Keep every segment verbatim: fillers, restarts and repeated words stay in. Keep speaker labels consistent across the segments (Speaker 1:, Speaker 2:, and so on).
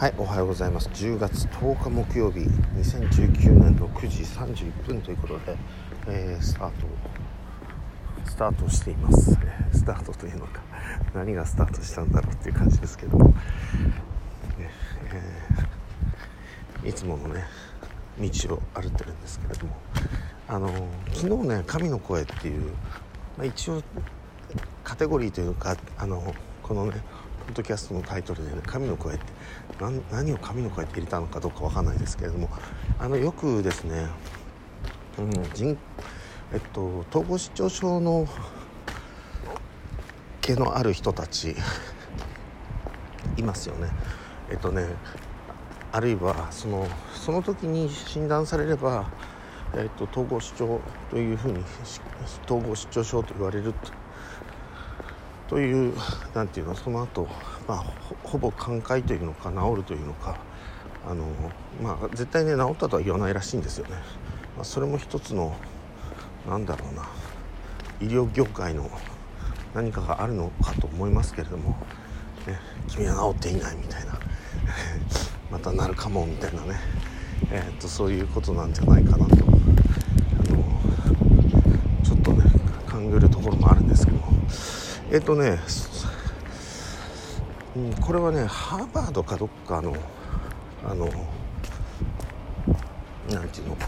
Speaker 1: はい、おはようございます。じゅうがつとおか木曜日、にせんじゅうきゅうねんのくじさんじゅういっぷんということで、えー、スタートスタートしています。スタートというのか何がスタートしたんだろうっていう感じですけども、ねえー、いつものね道を歩ってるんですけれども、あのー、昨日ね神の声っていう、まあ、一応カテゴリーというか、あのこのねポッドキャストのタイトルでね神の声って何, 何を神の声って入れたのかどうかわかんないですけれども、あのよくですね、うん人えっと、統合失調症の毛のある人たちいますよね。えっとねあるいはそのその時に診断されれば、えっと、統合失調というふうに統合失調症と言われるというなんていうのその後、まあ、ほ, ほぼ寛解というのか治るというのか、あの、まあ、絶対ね治ったとは言わないらしいんですよね。まあ、それも一つのなんだろうな医療業界の何かがあるのかと思いますけれども、ね、君は治っていないみたいなまたなるかもみたいなね、えー、っとそういうことなんじゃないかなと、あのちょっとね勘ぐるところもあるんですけども、えー、っとね、うん、これはねハーバードかどっかのあのなんていうの、うん、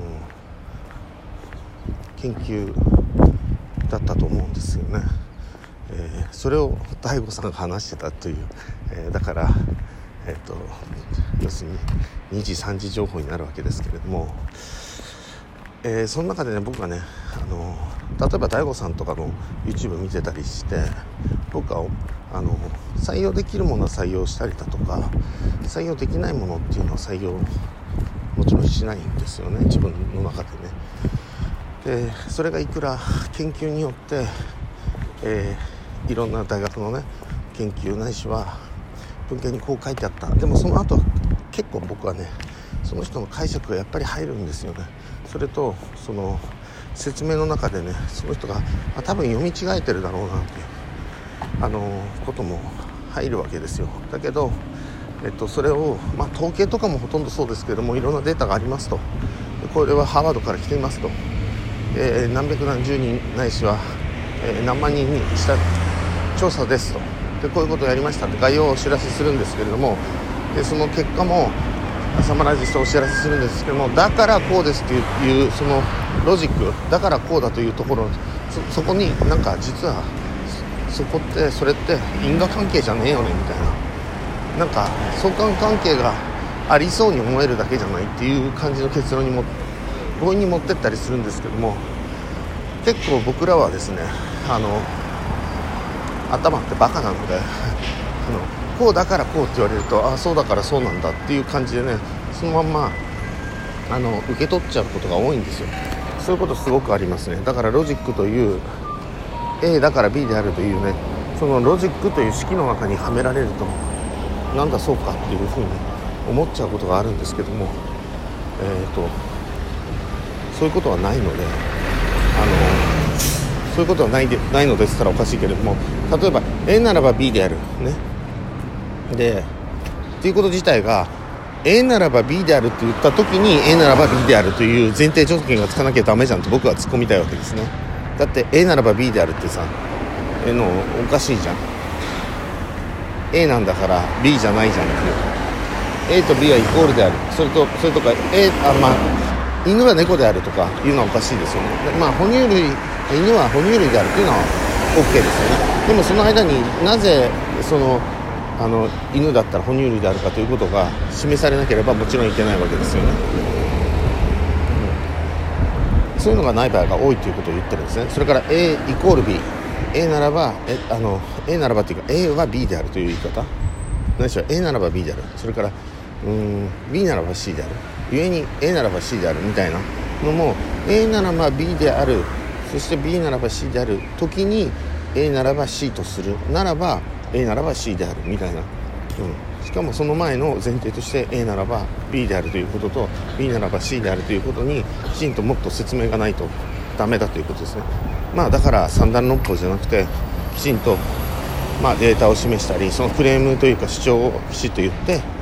Speaker 1: 研究だったと思うんですよね。えー、それを大悟さんが話してたという、えー、だから、えー、と要するににじさんじ情報になるわけですけれども、えー、その中でね僕はねあの例えば大悟さんとかの YouTube 見てたりして、僕はあの採用できるものは採用したりだとか、採用できないものっていうのは採用もちろんしないんですよね、自分の中でね。でそれがいくら研究によって、えー、いろんな大学のね研究ないしは文献にこう書いてあった。でもその後は結構僕はねその人の解釈がやっぱり入るんですよね。それとその説明の中でねその人があ多分読み違えてるだろうなっていうあのことも入るわけですよ。だけど、えっと、それを、まあ、統計とかもほとんどそうですけどもいろんなデータがありますと。これはハーバードから来ていますと、えー、何百何十人ないしは、えー、何万人にした調査ですと。でこういうことをやりましたって概要をお知らせするんですけれども、でその結果もサマライズしてお知らせするんですけども、だからこうですという、そのロジックだからこうだというところ そ, そこになんか実はそこってそれって因果関係じゃねえよねみたいな、なんか相関関係がありそうに思えるだけじゃないっていう感じの結論にも強引に持ってったりするんですけども、結構僕らはですねあの頭ってバカなのであのこうだからこうって言われるとあそうだからそうなんだっていう感じでねそのまんまあの受け取っちゃうことが多いんですよ。そういうことすごくありますね。だからロジックという A だから B であるというねそのロジックという式の中にはめられるとなんだそうかっていうふうに思っちゃうことがあるんですけども、えーとそういうことはないのであのそういうことはないでないのですからおかしいけれども、例えば A ならば B であるねでっていうこと自体が A ならば B であるって言った時に A ならば B であるという前提条件がつかなきゃダメじゃんと僕は突っ込みたいわけですね。だって A ならば B であるってさえのおかしいじゃん。 A なんだから B じゃないじゃんっていう A と B はイコールである。それとそれとか A あまあ犬は猫であるとかいうのはおかしいですよね。まあ哺乳類犬は哺乳類であるというのは OK ですよね。でもその間になぜそのあの犬だったら哺乳類であるかということが示されなければもちろんいけないわけですよね、うん、そういうのがない場合が多いということを言ってるんですね。それから A イコール B A ならばえあの A ならばというか A は B であるという言い方何でしょう。 A ならば B である。それからうーん B ならば C である。故に A ならば C であるみたいなのも A ならば B である、そして B ならば C である時に A ならば C とするならば A ならば C であるみたいな、うん、しかもその前の前提として A ならば B であるということと B ならば C であるということにきちんともっと説明がないとダメだということですね。まあだから三段論法じゃなくてきちんとまあデータを示したりそのクレームというか主張をきちっと言って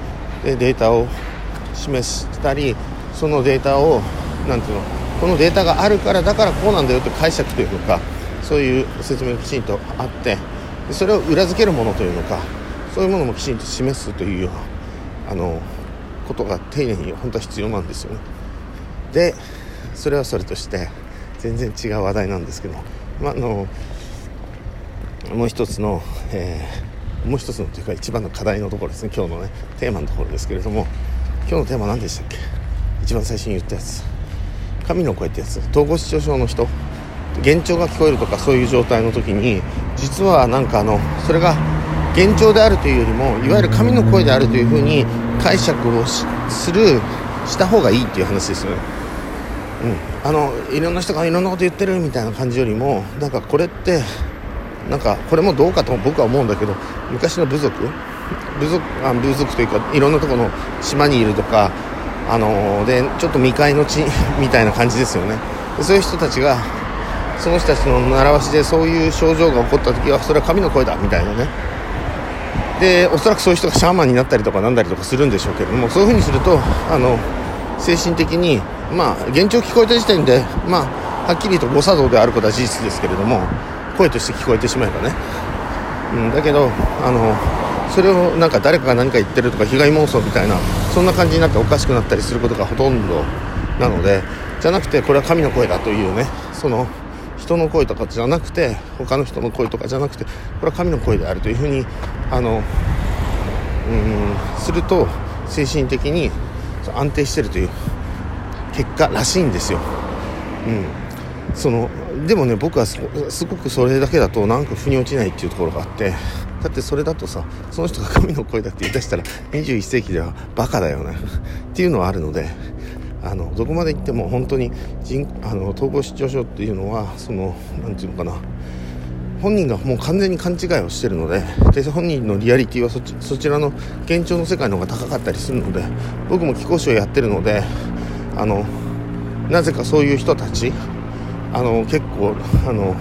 Speaker 1: でデータを示したり、そのデータをなんていうの、このデータがあるからだからこうなんだよという解釈というのか、そういう説明がきちんとあって、それを裏付けるものというのか、そういうものもきちんと示すというようなあのことが丁寧に本当は必要なんですよね。でそれはそれとして全然違う話題なんですけど、まあ、あのもう一つの、えー、もう一つのというか一番の課題のところですね、今日のねテーマのところですけれども、今日のテーマ何でしたっけ。一番最初に言ったやつ、神の声ってやつ、統合失調症の人、幻聴が聞こえるとかそういう状態の時に、実はなんかあのそれが幻聴であるというよりもいわゆる神の声であるというふうに解釈をしするした方がいいっていう話ですよね。うん、あのいろんな人がいろんなこと言ってるみたいな感じよりも、なんかこれってなんかこれもどうかと僕は思うんだけど、昔の部族部族あ部族というかいろんなところの島にいるとか、あのー、でちょっと未開の地みたいな感じですよね。でそういう人たちがその人たちの習わしでそういう症状が起こった時はそれは神の声だみたいなね。でおそらくそういう人がシャーマンになったりとかなんだりとかするんでしょうけれども、そういう風にするとあの精神的にまあ幻聴聞こえた時点でまあはっきりと誤作動であることは事実ですけれども、声として聞こえてしまえばね、うん、だけどあのそれをなんか誰かが何か言ってるとか被害妄想みたいなそんな感じになっておかしくなったりすることがほとんどなので、じゃなくてこれは神の声だというね、その人の声とかじゃなくて他の人の声とかじゃなくてこれは神の声であるというふうにあのうんすると精神的に安定しているという結果らしいんですよ。うん、そのでもね僕は す, すごくそれだけだとなんか腑に落ちないっていうところがあって、だってそれだとさ、その人が神の声だって言い出したらにじゅういっ世紀ではバカだよねっていうのはあるので、あのどこまで行っても本当に人あの統合失調症っていうのはそのなんていうのかな、本人がもう完全に勘違いをしてるので、で本人のリアリティは そ, ちそちらの幻聴の世界の方が高かったりするので、僕も気候師をやってるのであのなぜかそういう人たちあの結構あの、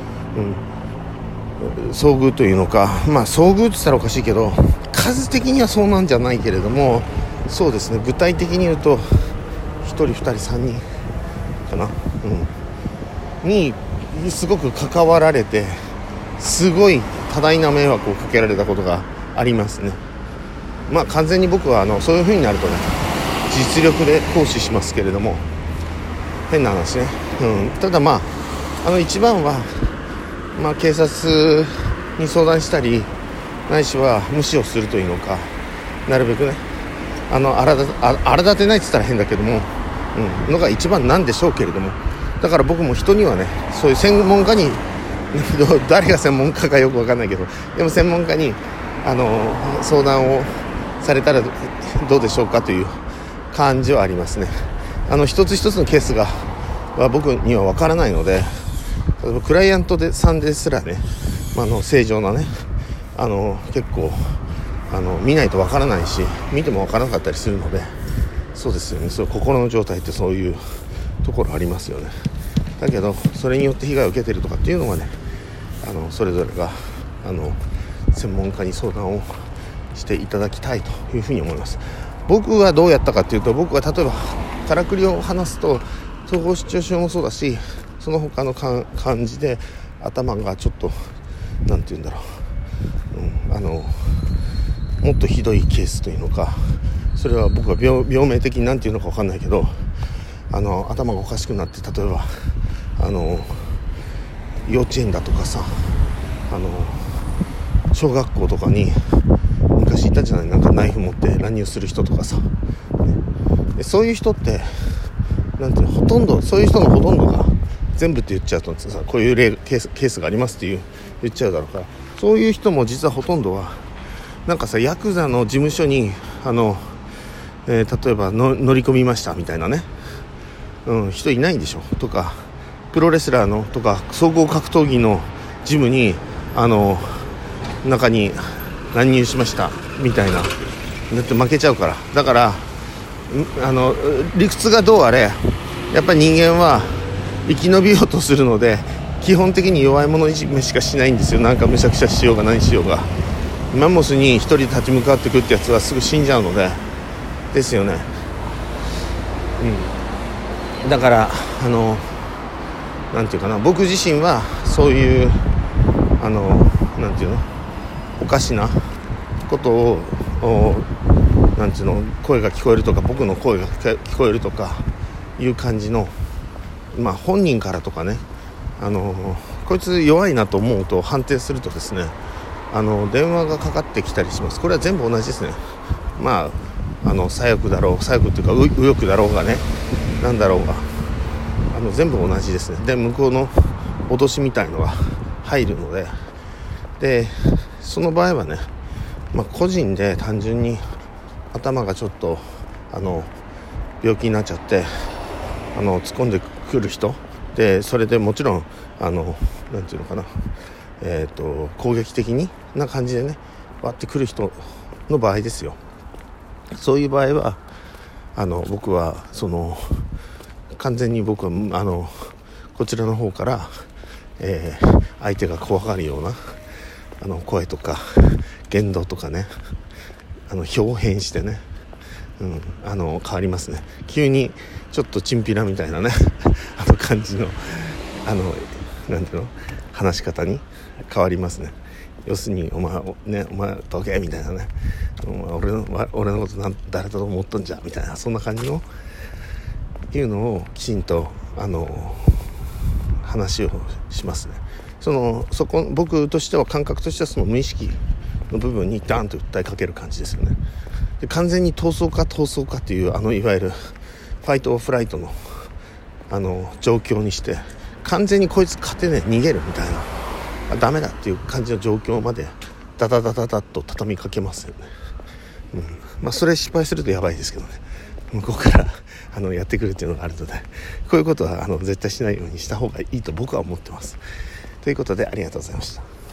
Speaker 1: うん、遭遇というのか、まあ遭遇って言ったらおかしいけど数的にはそうなんじゃないけれども、そうですね、具体的に言うとひとりふたりさんにんかな、うん、にすごく関わられてすごい多大な迷惑をかけられたことがありますね。まあ完全に僕はあのそういう風になるとね実力で行使しますけれども、変な話ね、うん、ただまああの一番は、まあ、警察に相談したりないしは無視をするというのか、なるべくねあの荒立あ荒立てないって言ったら変だけども、うん、のが一番なんでしょうけれども、だから僕も人にはねそういう専門家に誰が専門家かよく分かんないけど、でも専門家にあの相談をされたらどうでしょうかという感じはありますね。あの一つ一つのケースがは僕には分からないので、例えばクライアントでさんですらね、まあ、あの正常なねあの結構あの見ないと分からないし見ても分からなかったりするので、そうですよね、そう心の状態ってそういうところありますよね。だけどそれによって被害を受けているとかっていうのはね、あのそれぞれがあの専門家に相談をしていただきたいというふうに思います。僕はどうやったかっていうと、僕は例えばからくりを話すと統合失調症もそうだし、その他のか感じで頭がちょっとなんていうんだろう、うん、あのもっとひどいケースというのか、それは僕は 病, 病名的になんていうのか分かんないけど、あの頭がおかしくなって、例えばあの幼稚園だとかさ、あの小学校とかに昔いたじゃない、なんかナイフ持って乱入する人とかさ、ね、でそういう人ってなんていうの、ほとんどそういう人のほとんどが全部って言っちゃうとさ、こういう例ケース、ケースがありますっていう言っちゃうだろうから、そういう人も実はほとんどはなんかさ、ヤクザの事務所にあの、えー、例えばの乗り込みましたみたいなね、うん、人いないんでしょとか、プロレスラーのとか総合格闘技のジムにあの中に乱入しましたみたいな、だって負けちゃうから。だからあの理屈がどうあれやっぱり人間は生き延びようとするので、基本的に弱い者いじめしかしないんですよ。なんかむしゃくしゃしようが何しようが。マンモスに一人立ち向かってくってやつはすぐ死んじゃうので、 ですよね。うん、だからあのなんていうかな、僕自身はそういうあのなんていうのおかしなことをなんていうの声が聞こえるとか、僕の声が聞こえるとかいう感じの、まあ本人からとかね、あのこいつ弱いなと思うと判定するとですね、あの電話がかかってきたりします。これは全部同じですね。まああの左翼だろう左翼っていうか右翼だろうがね、なんだろうがあの全部同じですね。で向こうの脅しみたいのが入るので、でその場合はね、まあ、個人で単純に頭がちょっとあの病気になっちゃってあの突っ込んでくる人で、それでもちろんあのなんていうのかな、えーと攻撃的にな感じでね割ってくる人の場合ですよ。そういう場合はあの僕はその完全に僕はあのこちらの方から、えー、相手が怖がるようなあの声とか言動とかね、あの表変してね、うん、あの変わりますね。急にちょっとチンピラみたいなねあの感じのあのなんていうの話し方に変わりますね。要するにお前ねお前どけみたいなね、お前俺の俺のことなん誰だと思っとんじゃみたいな、そんな感じのいうのをきちんとあの話をしますね。そのそこ僕としては感覚としてはその無意識の部分にダーンと訴えかける感じですよね。で完全に闘争か闘争かっていうあのいわゆるファイトオフライトのあの状況にして、完全にこいつ勝てねえ逃げるみたいな、あダメだっていう感じの状況までダダダダダッと畳みかけますよね。うん、まあそれ失敗するとやばいですけどね、向こうからあのやってくるっていうのがあるので、こういうことはあの絶対しないようにした方がいいと僕は思ってます。ということでありがとうございました。